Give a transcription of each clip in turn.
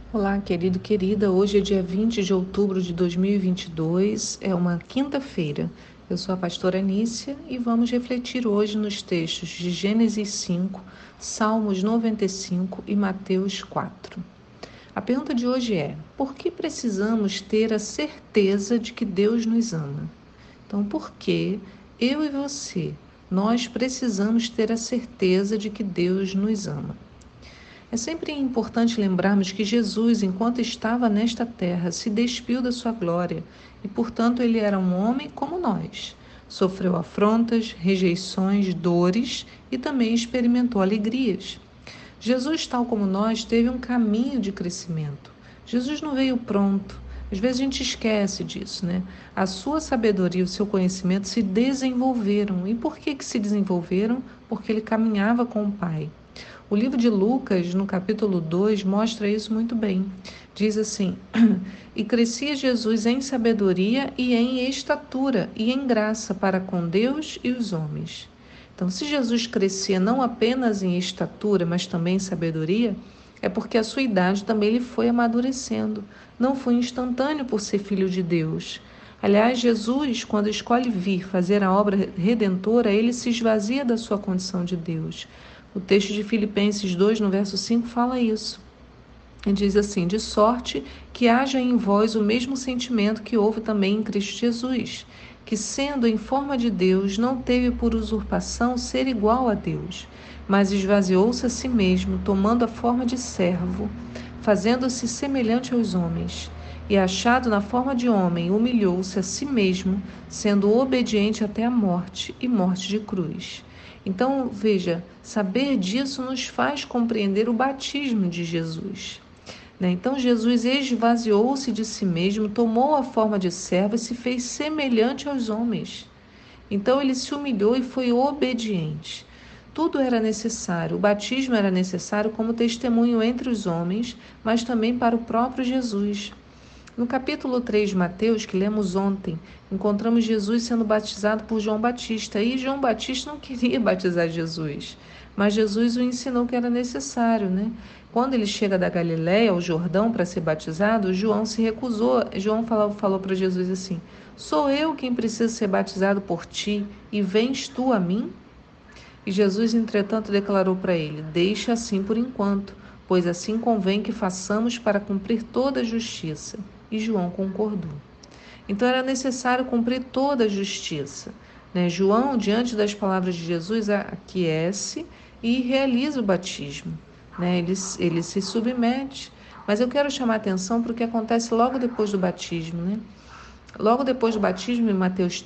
Olá, querido, querida. Hoje é dia 20 de outubro de 2022, é uma quinta-feira. Eu sou a pastora Anícia e vamos refletir hoje nos textos de Gênesis 5, Salmos 95 e Mateus 4. A pergunta de hoje é: por que precisamos ter a certeza de que Deus nos ama? Então, por que eu e você, nós precisamos ter a certeza de que Deus nos ama? É sempre importante lembrarmos que Jesus, enquanto estava nesta terra, se despiu da sua glória e, portanto, ele era um homem como nós. Sofreu afrontas, rejeições, dores e também experimentou alegrias. Jesus, tal como nós, teve um caminho de crescimento. Jesus não veio pronto. Às vezes a gente esquece disso, né? A sua sabedoria e o seu conhecimento se desenvolveram. E por que se desenvolveram? Porque ele caminhava com o Pai. O livro de Lucas, no capítulo 2, mostra isso muito bem. Diz assim: E crescia Jesus em sabedoria e em estatura e em graça para com Deus e os homens. Então, se Jesus crescia não apenas em estatura, mas também em sabedoria, é porque a sua idade também lhe foi amadurecendo. Não foi instantâneo por ser filho de Deus. Aliás, Jesus, quando escolhe vir fazer a obra redentora, ele se esvazia da sua condição de Deus. O texto de Filipenses 2, no verso 5, fala isso. Ele diz assim: de sorte que haja em vós o mesmo sentimento que houve também em Cristo Jesus, que, sendo em forma de Deus, não teve por usurpação ser igual a Deus, mas esvaziou-se a si mesmo, tomando a forma de servo, fazendo-se semelhante aos homens. E, achado na forma de homem, humilhou-se a si mesmo, sendo obediente até a morte e morte de cruz. Então, veja, saber disso nos faz compreender o batismo de Jesus. Então, Jesus esvaziou-se de si mesmo, tomou a forma de servo e se fez semelhante aos homens. Então, ele se humilhou e foi obediente. Tudo era necessário. O batismo era necessário como testemunho entre os homens, mas também para o próprio Jesus. No capítulo 3 de Mateus, que lemos ontem, encontramos Jesus sendo batizado por João Batista. E João Batista não queria batizar Jesus, mas Jesus o ensinou que era necessário, né? Quando ele chega da Galiléia ao Jordão para ser batizado, João se recusou. João falou para Jesus assim: sou eu quem precisa ser batizado por ti, e vens tu a mim? E Jesus, entretanto, declarou para ele: deixa assim por enquanto, pois assim convém que façamos para cumprir toda a justiça. E João concordou. Então era necessário cumprir toda a justiça, né? João, diante das palavras de Jesus, aquece e realiza o batismo, né? Ele se submete. Mas eu quero chamar a atenção para o que acontece logo depois do batismo, né? Logo depois do batismo, em Mateus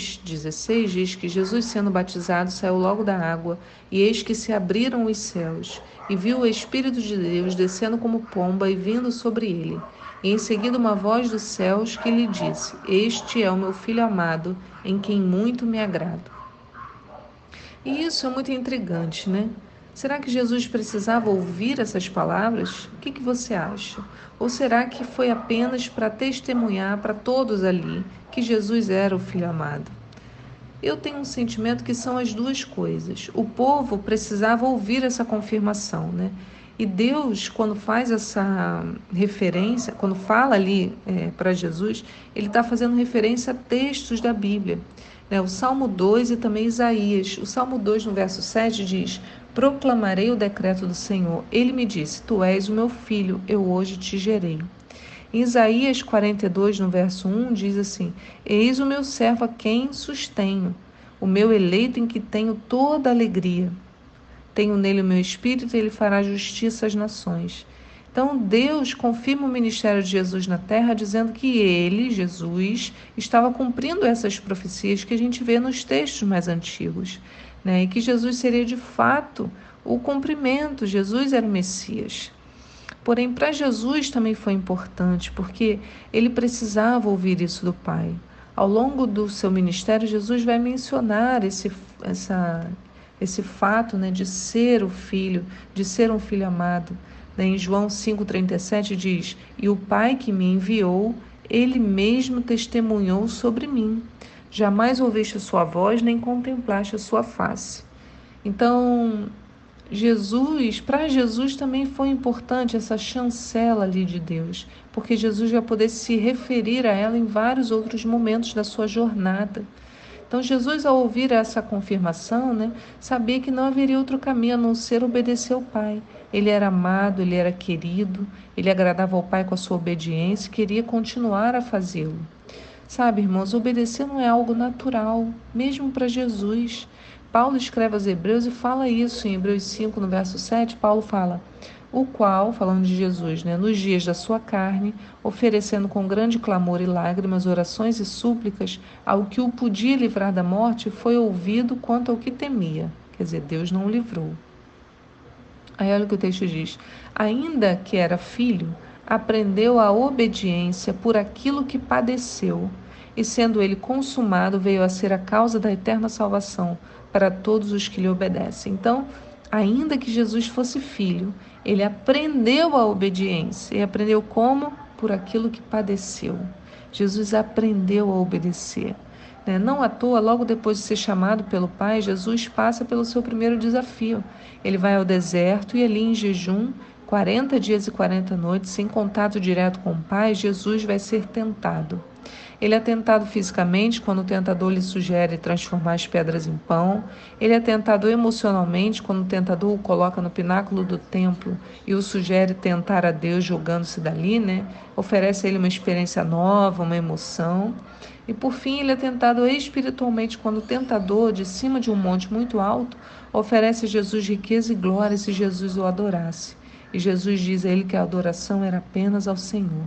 3,16, diz que Jesus, sendo batizado, saiu logo da água, e eis que se abriram os céus, e viu o Espírito de Deus descendo como pomba e vindo sobre ele. E em seguida uma voz dos céus que lhe disse: Este é o meu Filho amado, em quem muito me agrado. E isso é muito intrigante, né? Será que Jesus precisava ouvir essas palavras? O que você acha? Ou será que foi apenas para testemunhar para todos ali que Jesus era o Filho amado? Eu tenho um sentimento que são as duas coisas. O povo precisava ouvir essa confirmação, né? E Deus, quando faz essa referência, quando fala ali para Jesus, ele está fazendo referência a textos da Bíblia, né? O Salmo 2 e também Isaías. O Salmo 2, no verso 7, diz: proclamarei o decreto do Senhor. Ele me disse: tu és o meu filho, eu hoje te gerei. Em Isaías 42, no verso 1, diz assim: eis o meu servo a quem sustenho, o meu eleito em que tenho toda alegria. Tenho nele o meu espírito e ele fará justiça às nações. Então, Deus confirma o ministério de Jesus na terra, dizendo que ele, Jesus, estava cumprindo essas profecias que a gente vê nos textos mais antigos, né? E que Jesus seria de fato o cumprimento. Jesus era o Messias. Porém, para Jesus também foi importante, porque ele precisava ouvir isso do Pai. Ao longo do seu ministério, Jesus vai mencionar esse fato, né, de ser o Filho, de ser um Filho amado. Em João 5,37 diz: e o Pai que me enviou, ele mesmo testemunhou sobre mim. Jamais ouviste a sua voz, nem contemplaste a sua face. Então, Para Jesus também foi importante essa chancela ali de Deus, porque Jesus vai poder se referir a ela em vários outros momentos da sua jornada. Então, Jesus, ao ouvir essa confirmação, sabia que não haveria outro caminho a não ser obedecer ao Pai. Ele era amado, ele era querido, ele agradava ao Pai com a sua obediência e queria continuar a fazê-lo. Sabe, irmãos, obedecer não é algo natural, mesmo para Jesus. Paulo escreve aos Hebreus e fala isso em Hebreus 5, no verso 7. Paulo fala: o qual, falando de Jesus, nos dias da sua carne, oferecendo com grande clamor e lágrimas, orações e súplicas ao que o podia livrar da morte, foi ouvido quanto ao que temia. Quer dizer, Deus não o livrou. Aí olha o que o texto diz: ainda que era filho, aprendeu a obediência por aquilo que padeceu, e sendo ele consumado, veio a ser a causa da eterna salvação para todos os que lhe obedecem. Então, ainda que Jesus fosse filho, ele aprendeu a obediência. E aprendeu como? Por aquilo que padeceu. Jesus aprendeu a obedecer. Não à toa, logo depois de ser chamado pelo Pai, Jesus passa pelo seu primeiro desafio. Ele vai ao deserto e ali em jejum, 40 dias e 40 noites, sem contato direto com o Pai, Jesus vai ser tentado. Ele é tentado fisicamente, quando o tentador lhe sugere transformar as pedras em pão. Ele é tentado emocionalmente, quando o tentador o coloca no pináculo do templo e o sugere tentar a Deus jogando-se dali, Oferece a ele uma experiência nova, uma emoção. E por fim, ele é tentado espiritualmente, quando o tentador, de cima de um monte muito alto, oferece a Jesus riqueza e glória se Jesus o adorasse. E Jesus diz a ele que a adoração era apenas ao Senhor.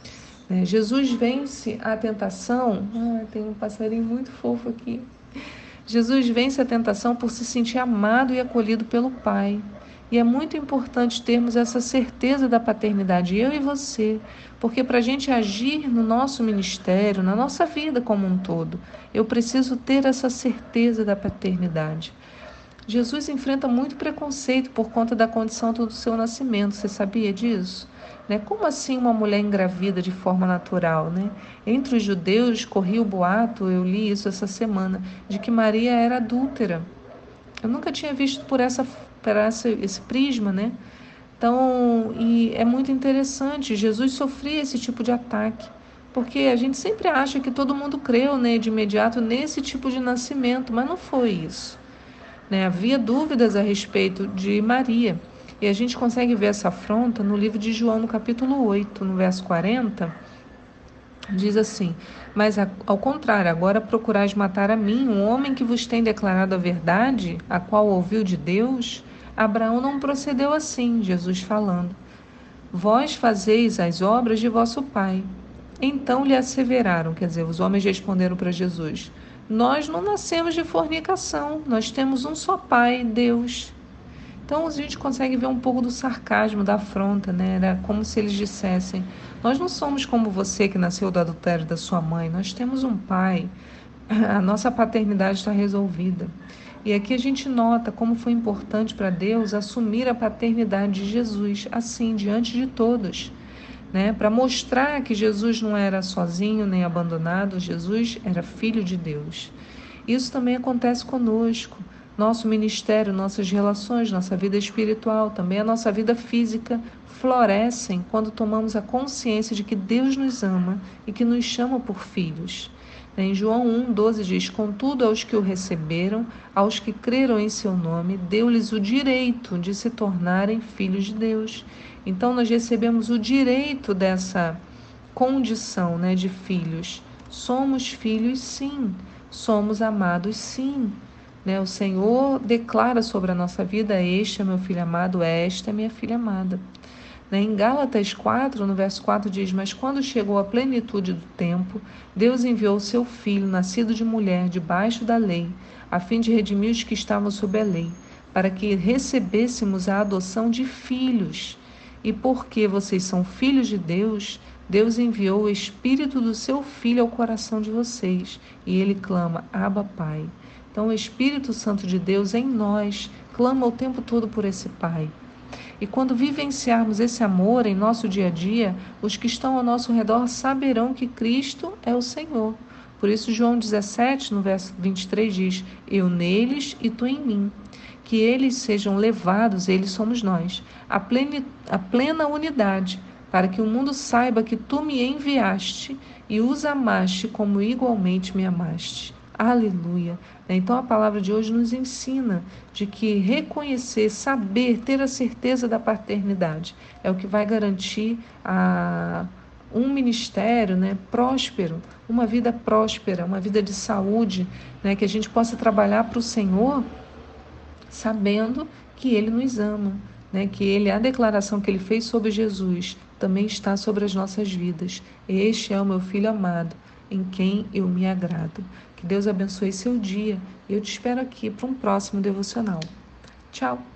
Jesus vence a tentação. Tem um passarinho muito fofo aqui. Jesus vence a tentação por se sentir amado e acolhido pelo Pai. E é muito importante termos essa certeza da paternidade, eu e você, porque para a gente agir no nosso ministério, na nossa vida como um todo, eu preciso ter essa certeza da paternidade. Jesus enfrenta muito preconceito por conta da condição do seu nascimento, você sabia disso? Como assim uma mulher engravida de forma natural? Entre os judeus corria o boato, eu li isso essa semana, de que Maria era adúltera. Eu nunca tinha visto por esse prisma, Então, e é muito interessante, Jesus sofria esse tipo de ataque, porque a gente sempre acha que todo mundo creu, de imediato nesse tipo de nascimento, mas não foi isso. Havia dúvidas a respeito de Maria, e a gente consegue ver essa afronta no livro de João, no capítulo 8, no verso 40, diz assim: mas ao contrário, agora procurais matar a mim, um homem que vos tem declarado a verdade, a qual ouviu de Deus. Abraão não procedeu assim, Jesus falando. Vós fazeis as obras de vosso pai. Então lhe asseveraram, quer dizer, os homens responderam para Jesus: nós não nascemos de fornicação, nós temos um só pai, Deus. Então a gente consegue ver um pouco do sarcasmo, da afronta, Era como se eles dissessem: nós não somos como você que nasceu do adultério da sua mãe, nós temos um pai, a nossa paternidade está resolvida. E aqui a gente nota como foi importante para Deus assumir a paternidade de Jesus, assim, diante de todos, para mostrar que Jesus não era sozinho nem abandonado, Jesus era filho de Deus. Isso também acontece conosco. Nosso ministério, nossas relações, nossa vida espiritual, também a nossa vida física florescem quando tomamos a consciência de que Deus nos ama e que nos chama por filhos. Em João 1,12 diz: contudo, aos que o receberam, aos que creram em seu nome, deu-lhes o direito de se tornarem filhos de Deus. Então nós recebemos o direito dessa condição, de filhos. Somos filhos, sim. Somos amados, sim. O Senhor declara sobre a nossa vida: este é meu filho amado, esta é minha filha amada. Em Gálatas 4, no verso 4 diz: mas quando chegou a plenitude do tempo, Deus enviou o seu Filho, nascido de mulher, debaixo da lei, a fim de redimir os que estavam sob a lei, para que recebêssemos a adoção de filhos. E porque vocês são filhos de Deus, Deus enviou o Espírito do seu Filho ao coração de vocês, e ele clama: Abba, Pai. Então o Espírito Santo de Deus em nós clama o tempo todo por esse Pai. E quando vivenciarmos esse amor em nosso dia a dia, os que estão ao nosso redor saberão que Cristo é o Senhor. Por isso João 17, no verso 23 diz: eu neles e tu em mim. que eles sejam levados, eles somos nós, à plena unidade, para que o mundo saiba que tu me enviaste e os amaste como igualmente me amaste. Aleluia. Então a palavra de hoje nos ensina de que reconhecer, saber, ter a certeza da paternidade é o que vai garantir um ministério, né, próspero, uma vida próspera, uma vida de saúde, né, que a gente possa trabalhar para o Senhor sabendo que Ele nos ama, né, que Ele, a declaração que Ele fez sobre Jesus também está sobre as nossas vidas. Este é o meu Filho amado, em quem eu me agrado. Que Deus abençoe seu dia e eu te espero aqui para um próximo devocional. Tchau!